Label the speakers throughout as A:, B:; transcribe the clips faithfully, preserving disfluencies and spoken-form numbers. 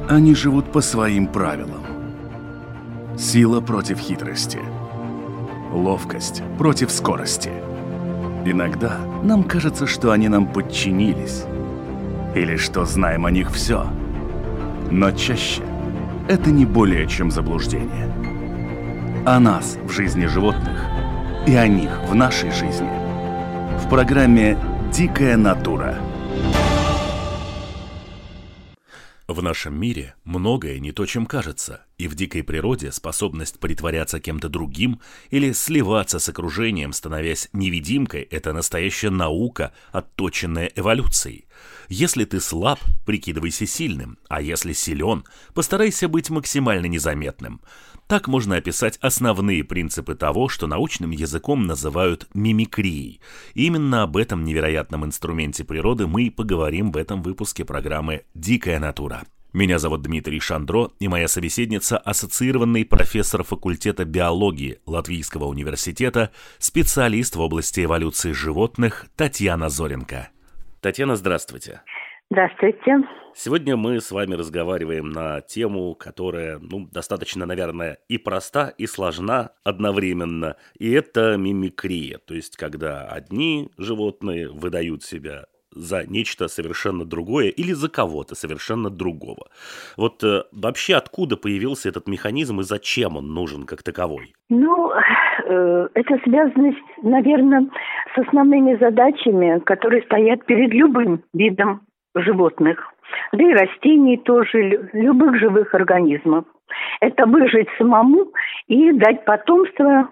A: Они живут по своим правилам. Сила против хитрости. Ловкость против скорости. Иногда нам кажется, что они нам подчинились. Или что знаем о них все. Но чаще это не более чем заблуждение. О нас в жизни животных и о них в нашей жизни. В программе «Дикая натура».
B: В нашем мире многое не то, чем кажется, и в дикой природе способность притворяться кем-то другим или сливаться с окружением, становясь невидимкой, это настоящая наука, отточенная эволюцией. Если ты слаб, прикидывайся сильным, а если силен, постарайся быть максимально незаметным. Так можно описать основные принципы того, что научным языком называют мимикрией. И именно об этом невероятном инструменте природы мы и поговорим в этом выпуске программы «Дикая натура». Меня зовут Дмитрий Шандро, и моя собеседница – ассоциированный профессор факультета биологии Латвийского университета, специалист в области эволюции животных Татьяна Зоренко. Татьяна, здравствуйте.
C: Здравствуйте.
B: Сегодня мы с вами разговариваем на тему, которая, ну, достаточно, наверное, и проста, и сложна одновременно. И это мимикрия, то есть когда одни животные выдают себя за нечто совершенно другое или за кого-то совершенно другого. Вот э, вообще откуда появился этот механизм и зачем он нужен как таковой?
C: Ну, э, это связано, наверное, с основными задачами, которые стоят перед любым видом животных, да и растений тоже, любых живых организмов. Это выжить самому и дать потомство.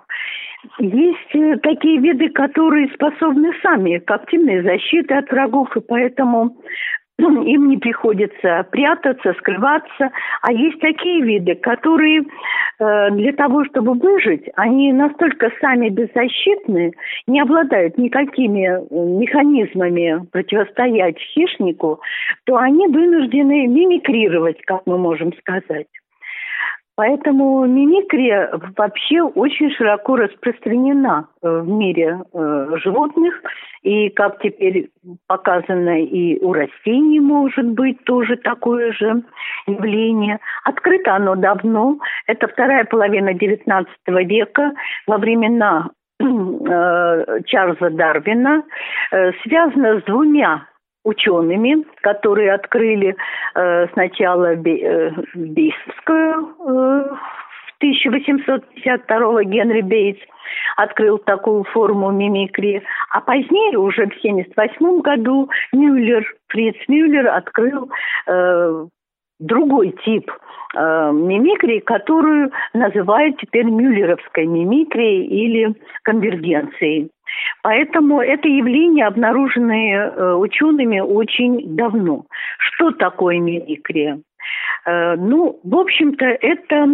C: Есть такие виды, которые способны сами к активной защите от врагов, и поэтому им не приходится прятаться, скрываться. А есть такие виды, которые э, для того, чтобы выжить, они настолько сами беззащитны, не обладают никакими механизмами противостоять хищнику, то они вынуждены мимикрировать, как мы можем сказать. Поэтому мимикрия вообще очень широко распространена в мире э, животных. И, как теперь показано, и у растений может быть тоже такое же явление. Открыто оно давно. Это вторая половина девятнадцатого века, во времена э, Чарльза Дарвина. Э, связано с двумя учеными, которые открыли э, сначала Бейтсовскую э, в тысяча восемьсот пятьдесят второго Генри Бейтс открыл такую форму мимикрии, а позднее, уже в семьдесят восьмом году, Мюллер, Фриц Мюллер открыл э, другой тип э, мимикрии, которую называют теперь мюллеровской мимикрией или конвергенцией. Поэтому это явление обнаружено э, учеными очень давно. Что такое мимикрия? Э, ну, в общем-то, это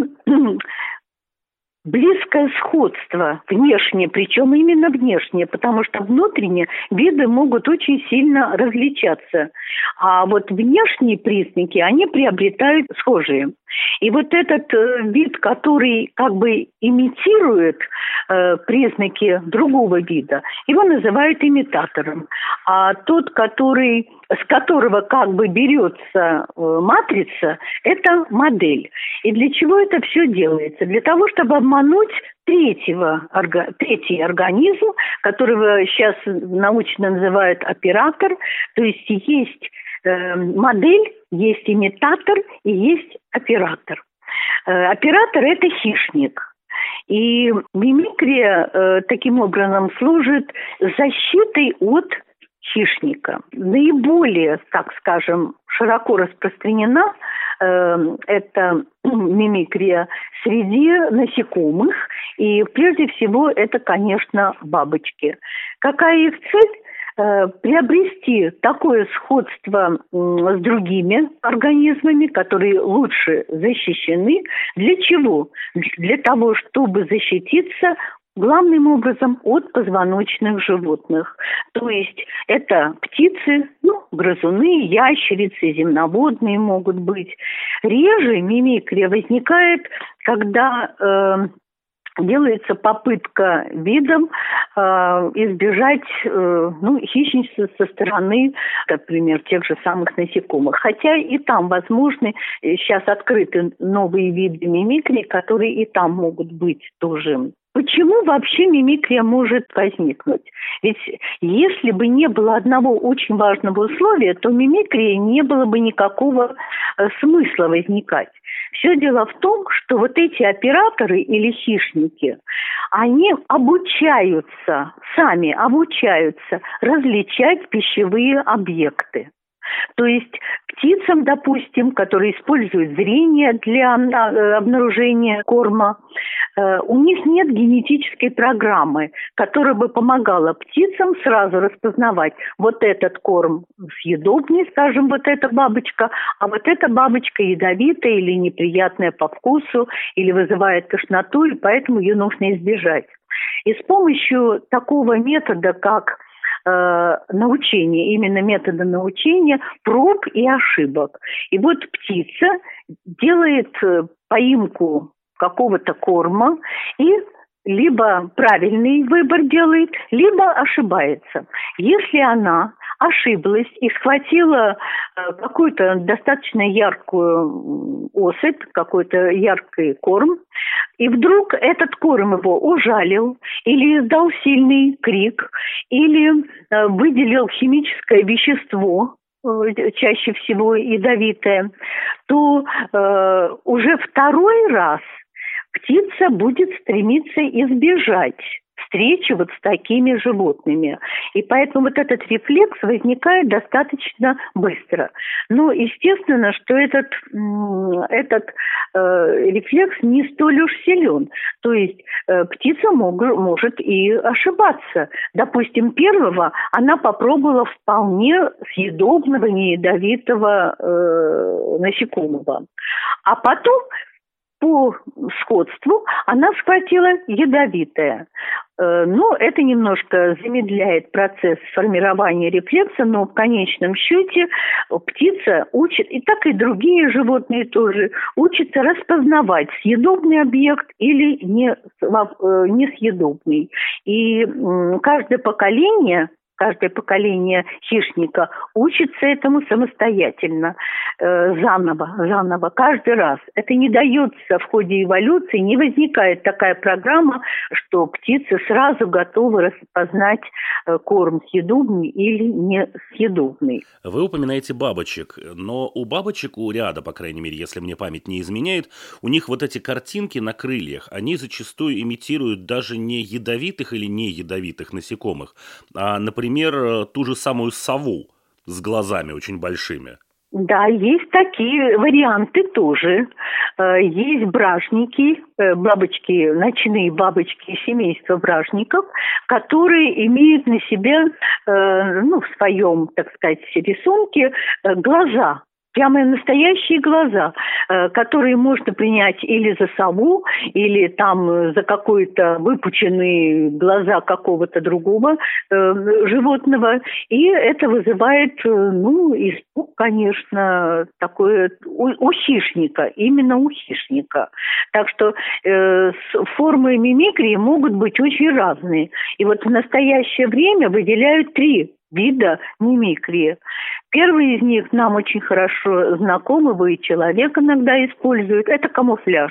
C: близкое сходство внешне, причем именно внешне, потому что внутренне виды могут очень сильно различаться. А вот внешние признаки, они приобретают схожие. И вот этот э, вид, который как бы имитирует э, признаки другого вида, его называют имитатором. А тот, который, с которого как бы берется э, матрица, это модель. И для чего это все делается? Для того, чтобы обмануть третьего, орга, третий организм, которого сейчас научно называют оператор, то есть есть э, модель, есть имитатор и есть оператор. Э, оператор – это хищник. И мимикрия э, таким образом служит защитой от хищника. Наиболее, так скажем, широко распространена э, эта мимикрия среди насекомых. И прежде всего это, конечно, бабочки. Какая их цель? Приобрести такое сходство с другими организмами, которые лучше защищены. Для чего? Для того, чтобы защититься главным образом от позвоночных животных. То есть это птицы, ну, грызуны, ящерицы, земноводные могут быть. Реже мимикрия возникает, когда э, делается попытка видом э, избежать э, ну, хищничества со стороны, например, тех же самых насекомых. Хотя и там возможны, сейчас открыты новые виды мимикрии, которые и там могут быть тоже. Почему вообще мимикрия может возникнуть? Ведь если бы не было одного очень важного условия, то мимикрии не было бы никакого э, смысла возникать. Все дело в том, что вот эти операторы или хищники, они обучаются, сами обучаются различать пищевые объекты. То есть птицам, допустим, которые используют зрение для обнаружения корма, у них нет генетической программы, которая бы помогала птицам сразу распознавать: вот этот корм съедобный, скажем, вот эта бабочка, а вот эта бабочка ядовитая или неприятная по вкусу, или вызывает тошноту, и поэтому ее нужно избежать. И с помощью такого метода, как научения, именно метода научения, проб и ошибок. И вот птица делает поимку какого-то корма и либо правильный выбор делает, либо ошибается. Если она ошиблась и схватила какую-то достаточно яркую особь, какой-то яркий корм, и вдруг этот корм его ужалил, или издал сильный крик, или выделил химическое вещество, чаще всего ядовитое, то э, уже второй раз птица будет стремиться избежать встречи вот с такими животными. И поэтому вот этот рефлекс возникает достаточно быстро. Но естественно, что этот, этот э, рефлекс не столь уж силен. То есть э, птица мог, может и ошибаться. Допустим, первого она попробовала вполне съедобного, неядовитого э, насекомого. А потом по сходству она схватила ядовитое. Но это немножко замедляет процесс формирования рефлекса, но в конечном счете птица учит, и так и другие животные тоже, учатся распознавать, съедобный объект или не, несъедобный. И каждое поколение... Каждое поколение хищника учится этому самостоятельно, э, заново, заново, каждый раз. Это не дается в ходе эволюции, не возникает такая программа, что птицы сразу готовы распознать э, корм съедобный или несъедобный.
B: Вы упоминаете бабочек, но у бабочек, у ряда, по крайней мере, если мне память не изменяет, у них вот эти картинки на крыльях, они зачастую имитируют даже не ядовитых или не ядовитых насекомых, а, например, Например, ту же самую сову с глазами очень большими.
C: Да, есть такие варианты тоже. Есть бражники, бабочки, ночные бабочки семейства бражников, которые имеют на себе, ну, в своем, так сказать, рисунке глаза. Прямо настоящие глаза, которые можно принять или за сову, или там за какие-то выпученные глаза какого-то другого э, животного. И это вызывает, ну, испуг, конечно, такое у, у хищника, именно у хищника. Так что э, формы мимикрии могут быть очень разные. И вот в настоящее время выделяют три вида мимикрии. Первый из них нам очень хорошо знаком, его и человек иногда использует, это камуфляж.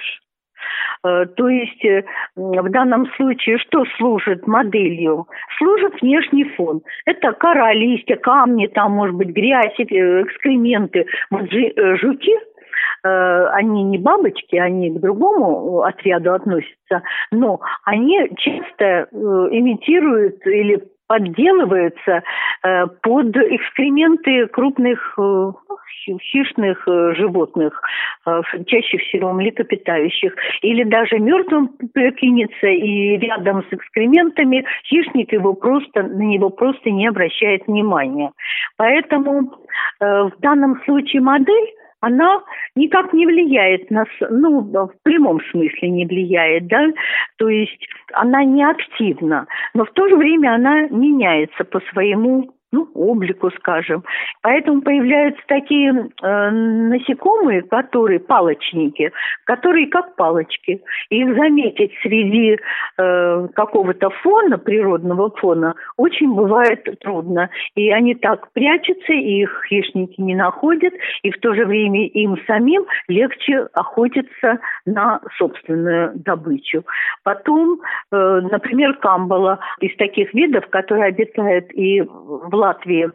C: То есть в данном случае что служит моделью? Служит внешний фон. Это кора, листья, камни, там может быть грязь, экскременты. Вот жуки, они не бабочки, они к другому отряду относятся, но они часто имитируют или подделываются э, под экскременты крупных э, хищных э, животных, э, чаще всего млекопитающих, или даже мертвым прикинется, и рядом с экскрементами хищник его просто, на него просто не обращает внимания. Поэтому э, в данном случае модель, она никак не влияет на, ну, в прямом смысле не влияет, да, то есть она не активна, но в то же время она меняется по своему ну, облику, скажем. Поэтому появляются такие э, насекомые, которые палочники, которые как палочки. И их заметить среди э, какого-то фона, природного фона, очень бывает трудно. И они так прячутся, и их хищники не находят, и в то же время им самим легче охотиться на собственную добычу. Потом, э, например, камбала из таких видов, которые обитают и в Латвии.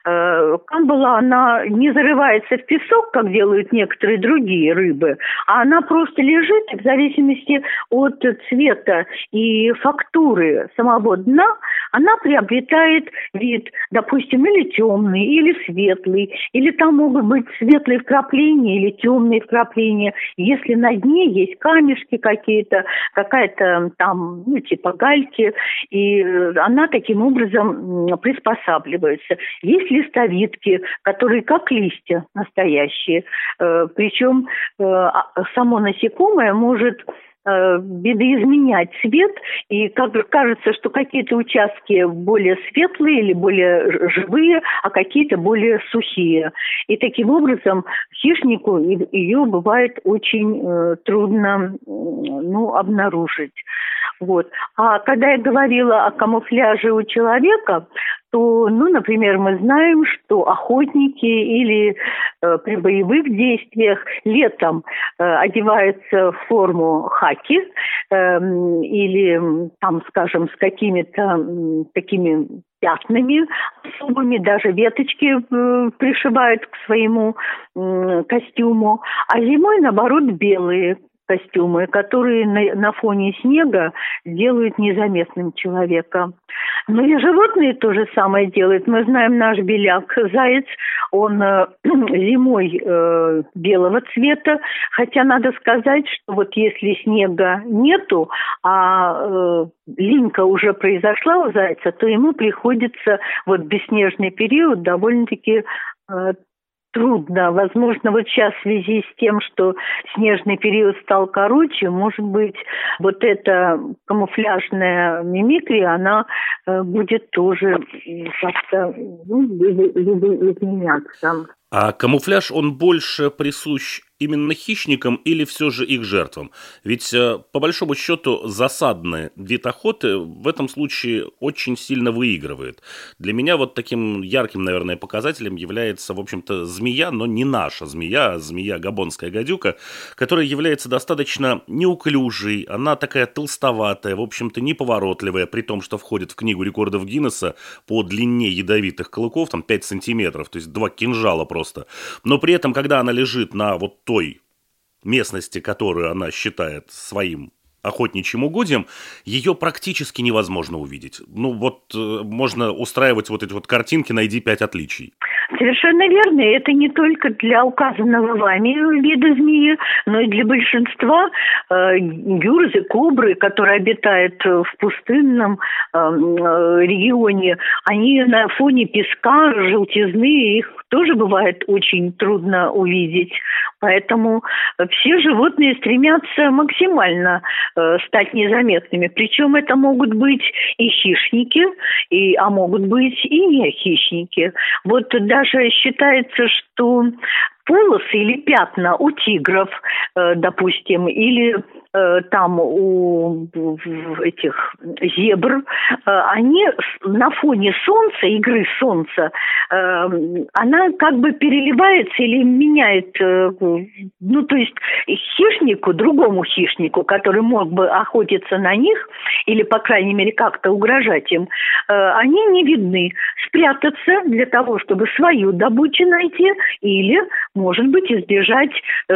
C: Э, камбала, она не зарывается в песок, как делают некоторые другие рыбы, а она просто лежит, и в зависимости от цвета и фактуры самого дна, она приобретает вид, допустим, или темный, или светлый, или там могут быть светлые вкрапления или темные вкрапления. Если на дне есть камешки какие-то, какая-то там, ну, типа гальки, и она таким образом приспосабливается. Есть листовидки, которые как листья настоящие, причем само насекомое может видоизменять цвет, и как кажется, что какие-то участки более светлые или более живые, а какие-то более сухие. И таким образом хищнику ее бывает очень э, трудно ну, обнаружить. Вот. А когда я говорила о камуфляже у человека, то, ну, например, мы знаем, что охотники или э, при боевых действиях летом э, одеваются в форму хаки э, или, там, скажем, с какими-то э, такими пятнами особыми, даже веточки э, пришивают к своему э, костюму, а зимой, наоборот, белые костюмы, которые на, на фоне снега делают незаметным человека. Ну и животные то же самое делают. Мы знаем наш беляк, заяц, он э, зимой э, белого цвета, хотя надо сказать, что вот если снега нету, а э, линька уже произошла у зайца, то ему приходится вот бесснежный период довольно-таки э, трудно. Возможно, вот сейчас в связи с тем, что снежный период стал короче, может быть, вот эта камуфляжная мимикрия, она э, будет тоже как-то ну, изменяться.
B: А камуфляж, он больше присущ именно хищникам или все же их жертвам? Ведь, по большому счету, засадный вид охоты в этом случае очень сильно выигрывает. Для меня вот таким ярким, наверное, показателем является, в общем-то, змея, но не наша змея, а змея габонская гадюка, которая является достаточно неуклюжей, она такая толстоватая, в общем-то, неповоротливая, при том, что входит в книгу рекордов Гиннесса по длине ядовитых клыков, там пять сантиметров, то есть два кинжала просто. Но при этом, когда она лежит на вот той местности, которую она считает своим охотничьим угодьем, ее практически невозможно увидеть. Ну вот э, можно устраивать вот эти вот картинки «Найди пять отличий».
C: Совершенно верно. Это не только для указанного вами вида змеи, но и для большинства э, гюрзы, кобры, которые обитают в пустынном э, регионе. Они на фоне песка, желтизны, их тоже бывает очень трудно увидеть. Поэтому все животные стремятся максимально э, стать незаметными. Причем это могут быть и хищники, и, а могут быть и не хищники. Вот даже считается, что полосы или пятна у тигров, э, допустим, или э, там у этих зебр, э, они на фоне солнца, игры солнца, э, она как бы переливается или меняет, э, ну то есть хищнику, другому хищнику, который мог бы охотиться на них или, по крайней мере, как-то угрожать им, э, они не видны. Спрятаться для того, чтобы свою добычу найти или, может быть, избежать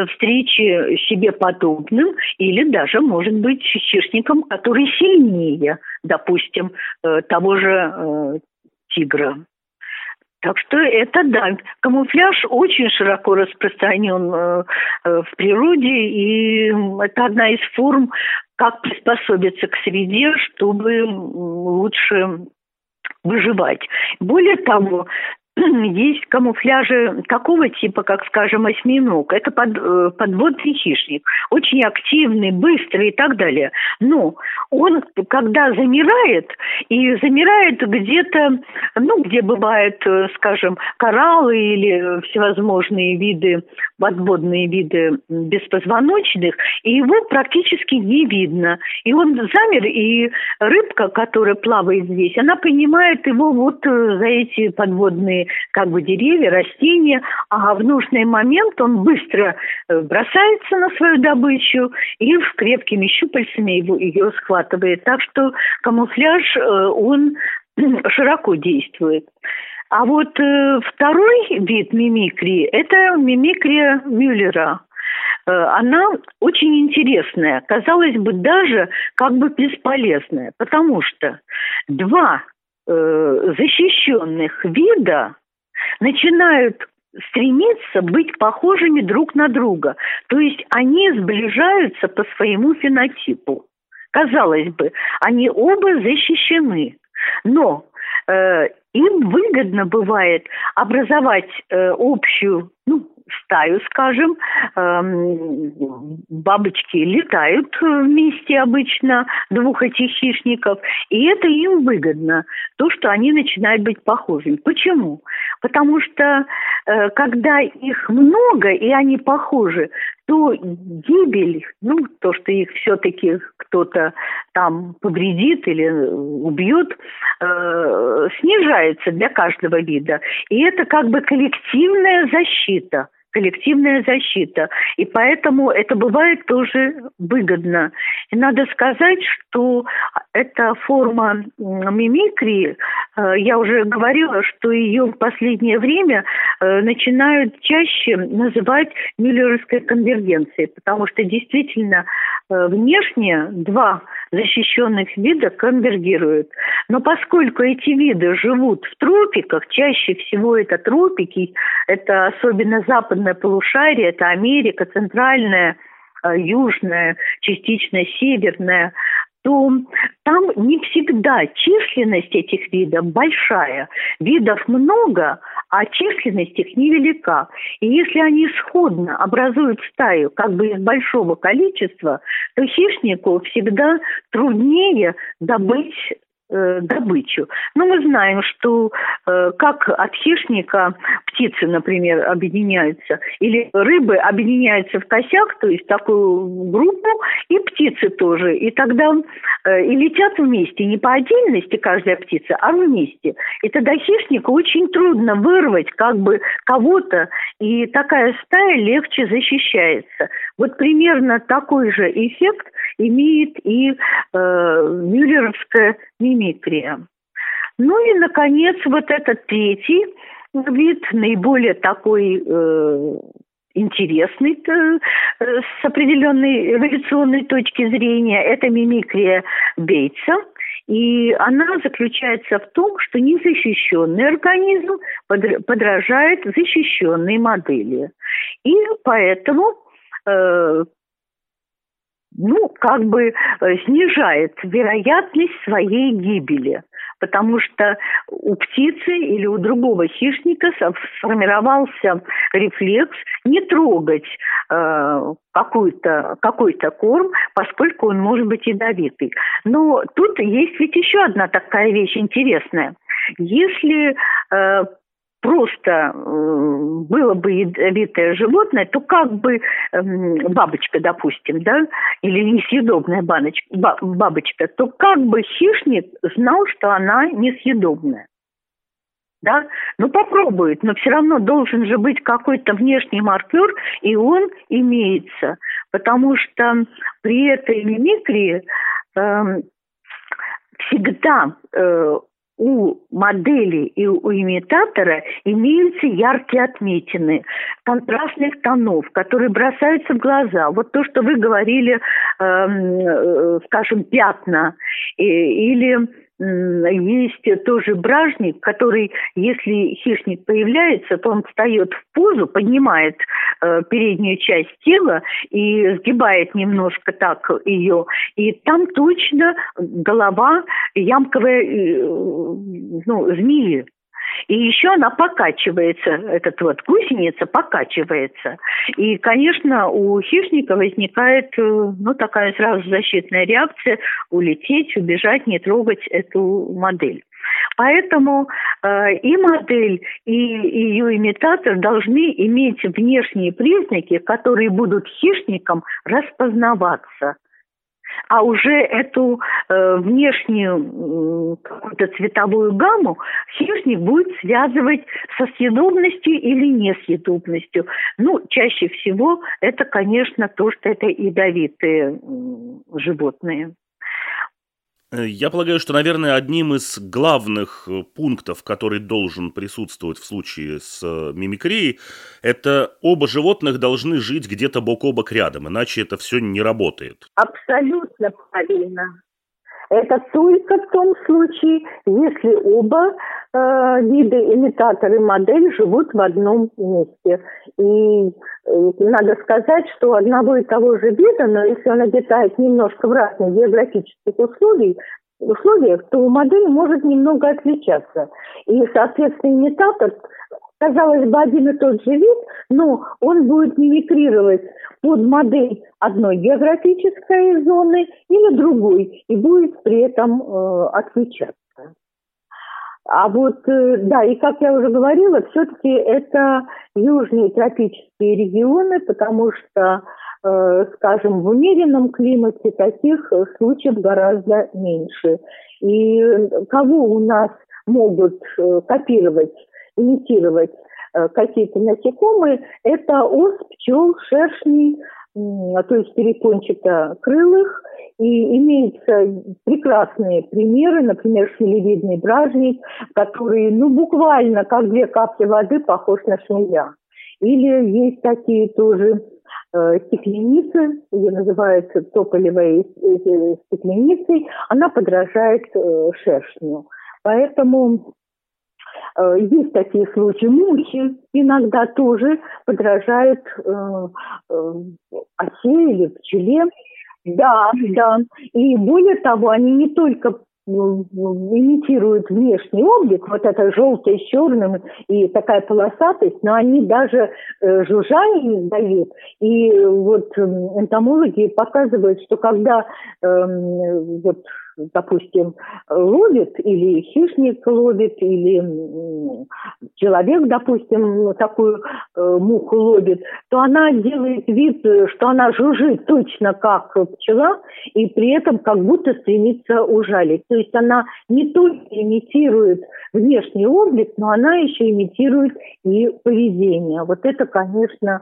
C: встречи себе подобным или даже, может быть, хищником, который сильнее, допустим, того же тигра. Так что это, да, камуфляж очень широко распространен в природе, и это одна из форм, как приспособиться к среде, чтобы лучше выживать. Более того, есть камуфляжи такого типа, как, скажем, осьминог. Это под, подводный хищник. Очень активный, быстрый и так далее. Но он, когда замирает, и замирает где-то, ну, где бывают, скажем, кораллы или всевозможные виды, подводные виды беспозвоночных, и его практически не видно. И он замер, и рыбка, которая плавает здесь, она принимает его вот за эти подводные как бы деревья, растения, а в нужный момент он быстро бросается на свою добычу и крепкими щупальцами его, ее схватывает. Так что камуфляж, он широко действует. А вот э, второй вид мимикрии – это мимикрия Мюллера. Э, она очень интересная, казалось бы, даже как бы бесполезная, потому что два э, защищенных вида начинают стремиться быть похожими друг на друга. То есть они сближаются по своему фенотипу. Казалось бы, они оба защищены, но э, им выгодно бывает образовать э, общую, ну, стаю, скажем, э, бабочки летают вместе обычно, двух этих хищников, и это им выгодно, то, что они начинают быть похожими. Почему? Потому что э, когда их много и они похожи, то гибель, ну, то, что их все-таки кто-то там повредит или убьет, э, снижается для каждого вида. И это как бы коллективная защита. коллективная защита. И поэтому это бывает тоже выгодно. И надо сказать, что эта форма мимикрии, я уже говорила, что ее в последнее время начинают чаще называть мюллеровской конвергенцией, потому что действительно внешне два защищенных вида конвергируют. Но поскольку эти виды живут в тропиках, чаще всего это тропики, это особенно западное полушарие, это Америка, центральная, южная, частично северная, то там не всегда численность этих видов большая. Видов много, а численность их невелика. И если они сходно образуют стаю как бы из большого количества, то хищнику всегда труднее добыть э, добычу. Но мы знаем, что э, как от хищника птицы, например, объединяются, или рыбы объединяются в косяк, то есть такую группу, и птицы тоже. И тогда э, и летят вместе, не по отдельности каждая птица, а вместе. И тогда хищнику очень трудно вырвать как бы кого-то, и такая стая легче защищается. Вот примерно такой же эффект имеет и э, мюллеровская мимикрия. Ну и, наконец, вот этот третий вид, наиболее такой э, интересный э, с определенной эволюционной точки зрения, это мимикрия Бейтса. И она заключается в том, что незащищенный организм подражает защищенной модели. И поэтому э, ну, как бы снижает вероятность своей гибели. Потому что у птицы или у другого хищника сформировался рефлекс не трогать э, какой-то, какой-то корм, поскольку он может быть ядовитый. Но тут есть ведь еще одна такая вещь интересная. Если э, просто э, было бы ядовитое животное, то как бы э, бабочка, допустим, да, или несъедобная баночка, ба- бабочка, то как бы хищник знал, что она несъедобная. Да? Ну, попробует, но все равно должен же быть какой-то внешний маркер, и он имеется. Потому что при этой мимикрии э, всегда э, у модели и у имитатора имеются яркие отметины контрастных тонов, которые бросаются в глаза. Вот то, что вы говорили, э, скажем, пятна, э, или есть тоже бражник, который, если хищник появляется, то он встает в позу, поднимает э, переднюю часть тела и сгибает немножко так ее. И там точно голова ямковая, э, ну, змеи. И еще она покачивается, эта вот гусеница покачивается. И, конечно, у хищника возникает, ну, такая сразу защитная реакция – улететь, убежать, не трогать эту модель. Поэтому э, и модель, и ее имитатор должны иметь внешние признаки, которые будут хищникам распознаваться. А уже эту э, внешнюю э, какую-то цветовую гамму хищник будет связывать со съедобностью или несъедобностью. Ну, чаще всего это, конечно, то, что это ядовитые э, животные.
B: Я полагаю, что, наверное, одним из главных пунктов, который должен присутствовать в случае с мимикрией, это оба животных должны жить где-то бок о бок рядом, иначе это все не работает.
C: Абсолютно правильно. Это только в том случае, если оба э, вида имитатор и модель живут в одном месте. И э, надо сказать, что одного и того же вида, но если он обитает немножко в разных географических условиях, условиях, то модель может немного отличаться. И, соответственно, имитатор, казалось бы, один и тот же вид, но он будет мимикрировать под модель одной географической зоны или другой, и будет при этом э, отличаться. А вот, э, да, и как я уже говорила, все-таки это южные тропические регионы, потому что, э, скажем, в умеренном климате таких случаев гораздо меньше. И кого у нас могут э, копировать, имитировать э, какие-то насекомые, это ос, пчел, шершней, э, то есть перепончатокрылых. И имеются прекрасные примеры, например, шмелевидный бражник, который, ну, буквально как две капли воды похож на шмеля. Или есть такие тоже э, стекленицы, ее называют тополевой стекленицей, она подражает э, шершню. Поэтому э, есть такие случаи. Мухи иногда тоже подражают э, э, осе или пчеле. Да, да. И более того, они не только имитируют внешний облик, вот это желтое с черным и такая полосатость, но они даже э, жужжание издают. И вот э, энтомологи показывают, что когда э, вот, допустим, ловит, или хищник ловит, или э, человек, допустим, такую э, муху ловит, то она делает вид, что она жужжит точно как пчела, и при этом как будто стремится ужалить. То есть она не только имитирует внешний облик, но она еще имитирует и поведение. Вот это, конечно,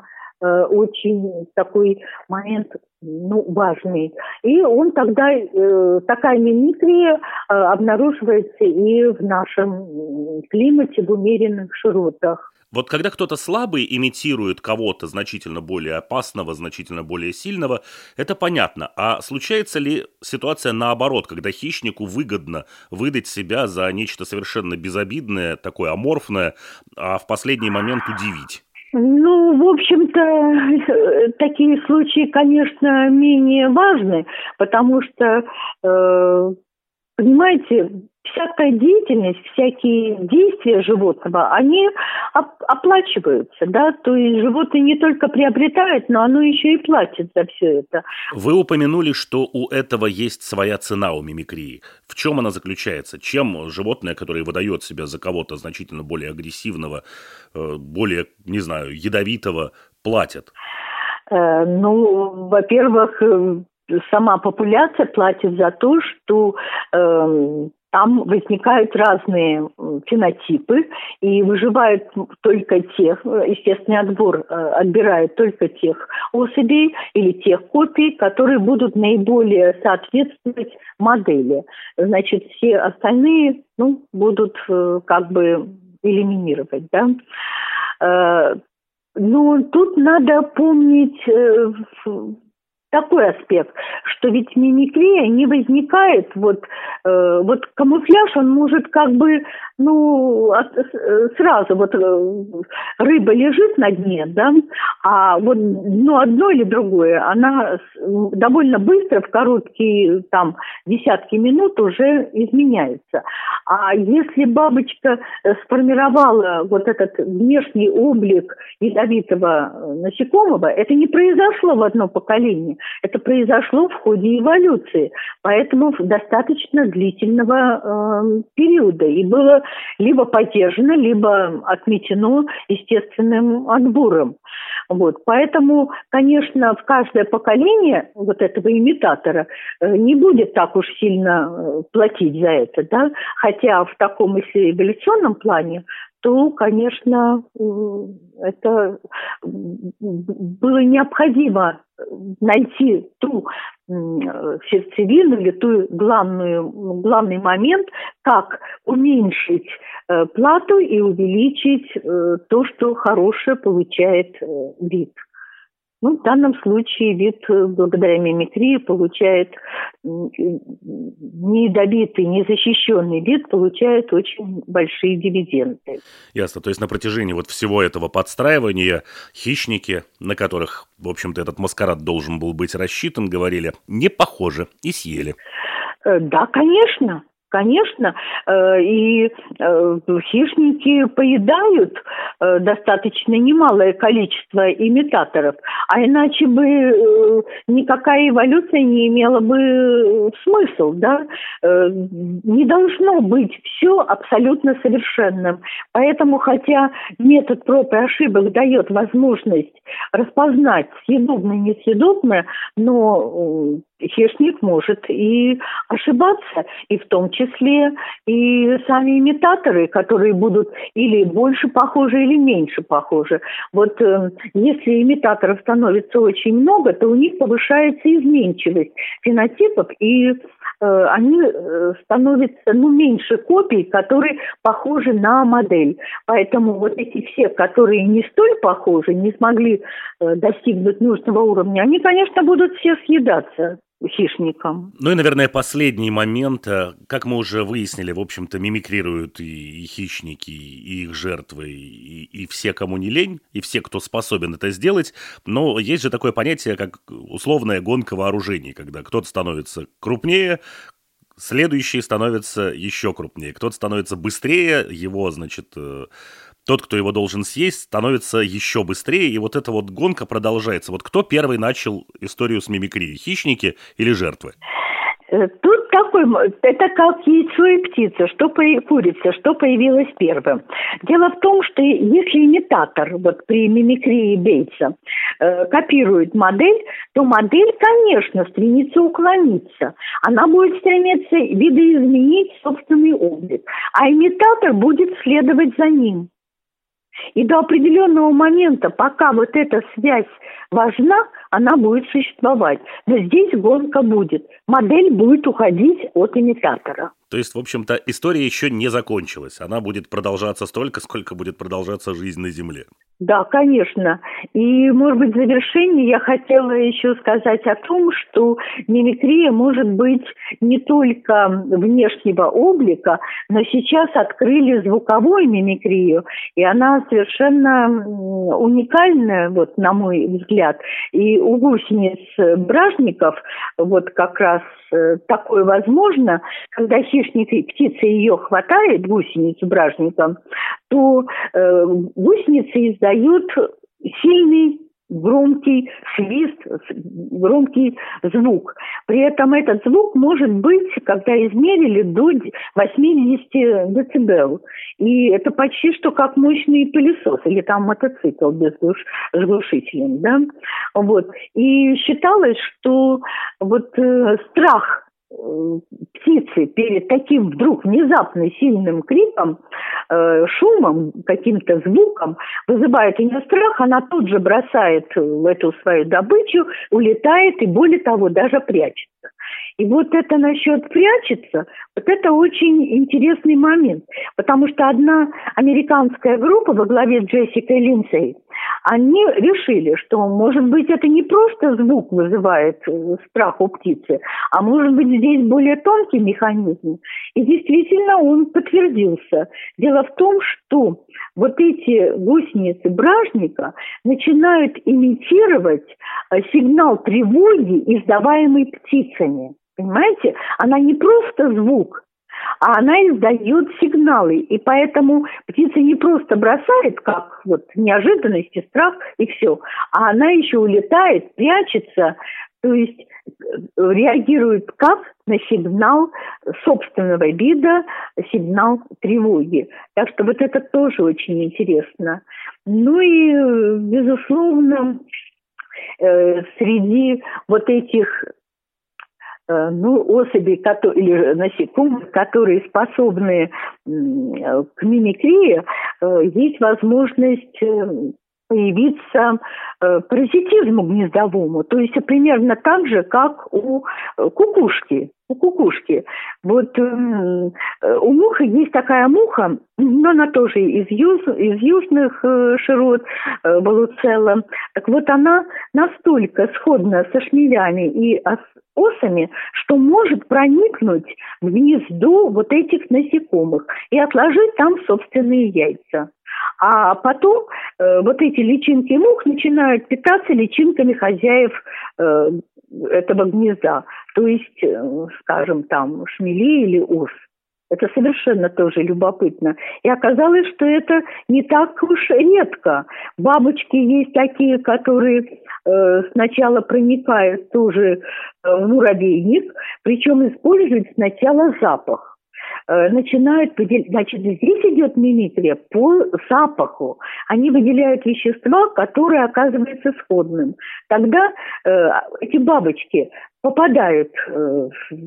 C: очень такой момент, ну, важный. И он тогда, э, такая мимикрия э, обнаруживается и в нашем климате, в умеренных широтах.
B: Вот когда кто-то слабый имитирует кого-то значительно более опасного, значительно более сильного, это понятно. А случается ли ситуация наоборот, когда хищнику выгодно выдать себя за нечто совершенно безобидное, такое аморфное, а в последний момент удивить?
C: Ну, в общем-то, такие случаи, конечно, менее важны, потому что, э, понимаете, всякая деятельность, всякие действия животного, они оп- оплачиваются, да, то есть животное не только приобретает, но оно еще и платит за все это.
B: Вы упомянули, что у этого есть своя цена у мимикрии. В чем она заключается? Чем животное, которое выдает себя за кого-то значительно более агрессивного, более, не знаю, ядовитого, платит?
C: Э, ну, во-первых, сама популяция платит за то, что э, там возникают разные фенотипы, и выживают только тех, естественный отбор отбирает только тех особей или тех копий, которые будут наиболее соответствовать модели. Значит, все остальные, ну, будут как бы элиминировать, да. Но тут надо помнить такой аспект, что ведь мимикрия не возникает, вот, э, вот камуфляж, он может как бы, ну, от, сразу, вот рыба лежит на дне, да, а вот ну, одно или другое, она довольно быстро, в короткие там десятки минут уже изменяется. А если бабочка сформировала вот этот внешний облик ядовитого насекомого, это не произошло в одно поколение, это произошло в ходе эволюции, поэтому достаточно длительного э, периода. И было либо поддержано, либо отметено естественным отбором. Вот. Поэтому, конечно, в каждое поколение вот этого имитатора э, не будет так уж сильно э, платить за это, да? Хотя в таком, если эволюционном плане, то, конечно, это было необходимо найти ту сердцевину или ту главную, главный момент, как уменьшить плату и увеличить то, что хорошее получает вид. Ну, в данном случае вид благодаря мимикрии получает не ядовитый, не защищенный вид, получает очень большие дивиденды.
B: Ясно. То есть на протяжении вот всего этого подстраивания хищники, на которых, в общем-то, этот маскарад должен был быть рассчитан, говорили, не похоже, и съели.
C: Да, конечно. Конечно, и хищники поедают достаточно немалое количество имитаторов, а иначе бы никакая эволюция не имела бы смысла, да? Не должно быть все абсолютно совершенным. Поэтому, хотя метод проб и ошибок дает возможность распознать съедобное и несъедобное, но хищник может и ошибаться, и в том числе и сами имитаторы, которые будут или больше похожи, или меньше похожи. Вот э, если имитаторов становится очень много, то у них повышается изменчивость фенотипов, и э, они э, становятся ну, меньше копий, которые похожи на модель. Поэтому вот эти все, которые не столь похожи, не смогли э, достигнуть нужного уровня, они, конечно, будут все съедаться хищникам.
B: Ну и, наверное, последний момент. Как мы уже выяснили, в общем-то, мимикрируют и, и хищники, и их жертвы, и, и все, кому не лень, и все, кто способен это сделать. Но есть же такое понятие, как условная гонка вооружений, когда кто-то становится крупнее, следующий становится еще крупнее, кто-то становится быстрее, его, значит... Тот, кто его должен съесть, становится еще быстрее, и вот эта вот гонка продолжается. Вот кто первый начал историю с мимикрией, хищники или жертвы?
C: Тут такой, это как яйцо и птица, что курица, что появилось первым. Дело в том, что если имитатор вот при мимикрии Бейтса э, копирует модель, то модель, конечно, стремится уклониться. Она будет стремиться видоизменить собственный облик, а имитатор будет следовать за ним. И до определенного момента, пока вот эта связь важна, она будет существовать. Но здесь гонка будет. Модель будет уходить от имитатора.
B: То есть, в общем-то, история еще не закончилась. Она будет продолжаться столько, сколько будет продолжаться жизнь на Земле.
C: Да, конечно. И, может быть, в завершении я хотела еще сказать о том, что мимикрия может быть не только внешнего облика, но сейчас открыли звуковую мимикрию, и она совершенно уникальная, вот, на мой взгляд. И у гусениц-бражников вот как раз такое возможно, когда хищник и птица ее хватает, гусеницу бражником, то э, гусеницы издают сильный громкий свист, громкий звук. При этом этот звук может быть, когда измерили, до восемьдесят децибел. И это почти что как мощный пылесос или там мотоцикл без глуш... с глушителем. Да? Вот. И считалось, что вот э, страх птицы перед таким вдруг внезапно сильным криком, э, шумом, каким-то звуком вызывает у нее страх, она тут же бросает в эту свою добычу, улетает и, более того, даже прячется. И вот это насчет прячется, вот это очень интересный момент, потому что одна американская группа во главе с Джессикой Линдсей, они решили, что, может быть, это не просто звук вызывает страх у птицы, а может быть, здесь более тонкий механизм. И действительно он подтвердился. Дело в том, что вот эти гусеницы бражника начинают имитировать сигнал тревоги, издаваемый птицами. Понимаете? Она не просто звук, а она издает сигналы. И поэтому птица не просто бросает, как вот неожиданность и страх, и все, а она еще улетает, прячется, то есть реагирует как на сигнал собственного вида, сигнал тревоги. Так что вот это тоже очень интересно. Ну и, безусловно, среди вот этих ну, особей, которые, или насекомых, которые способны к мимикрии, есть возможность появиться паразитизму гнездовому. То есть примерно так же, как у кукушки. У кукушки. Вот э, у мухи есть такая муха, но она тоже из, юж, из южных э, широт, э, волуцелла. Так вот, она настолько сходна со шмелями и ос, осами, что может проникнуть в гнездо вот этих насекомых и отложить там собственные яйца. А потом э, вот эти личинки мух начинают питаться личинками хозяев э, этого гнезда. То есть, э, скажем, там, шмели или ос. Это совершенно тоже любопытно. И оказалось, что это не так уж редко. Бабочки есть такие, которые э, сначала проникают тоже э, в муравейник, причем используют сначала запах. Начинают выделять, значит, здесь идет мимикрия по запаху. Они выделяют вещества, которые оказываются сходным. Тогда э, эти бабочки попадают э,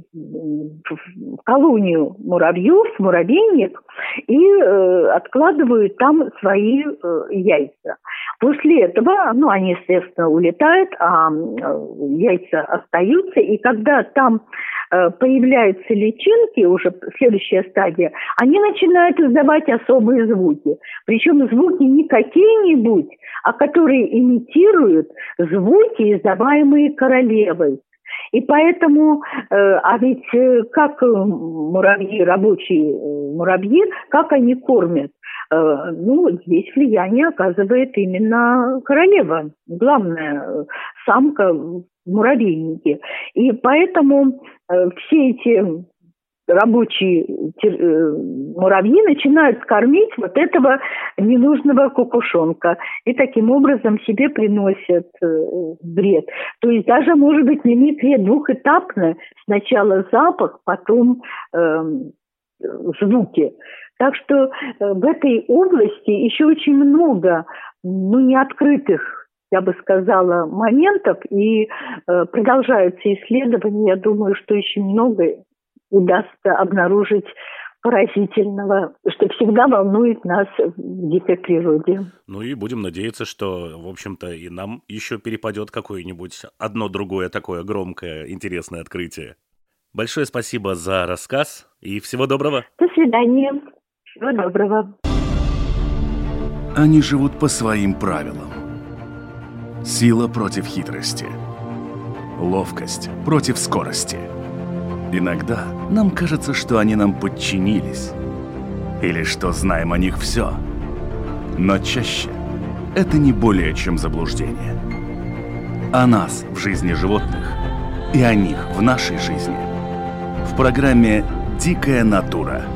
C: в колонию муравьев, в муравейник и э, откладывают там свои э, яйца. После этого, ну, они, естественно, улетают, а э, яйца остаются, и когда там э, появляются личинки, уже следующая стадия, они начинают издавать особые звуки. Причем звуки не какие-нибудь, а которые имитируют звуки, издаваемые королевой. И поэтому, э, а ведь э, как муравьи, рабочие э, муравьи, как они кормят? Э, ну, здесь влияние оказывает именно королева, главная э, самка в муравейнике. И поэтому э, все эти рабочие муравьи начинают кормить вот этого ненужного кукушонка. И таким образом себе приносят вред. То есть даже, может быть, мимикрия двухэтапная. Сначала запах, потом э, звуки. Так что в этой области еще очень много, ну, неоткрытых, я бы сказала, моментов. И э, продолжаются исследования. Я думаю, что еще много удастся обнаружить поразительного, что всегда волнует нас в дикой природе.
B: Ну и будем надеяться, что, в общем-то, и нам еще перепадет какое-нибудь одно другое такое громкое, интересное открытие. Большое спасибо за рассказ и всего доброго.
C: До свидания. Всего доброго.
A: Они живут по своим правилам. Сила против хитрости. Ловкость против скорости. Иногда нам кажется, что они нам подчинились, или что знаем о них все. Но чаще это не более чем заблуждение. О нас в жизни животных и о них в нашей жизни. В программе «Дикая натура».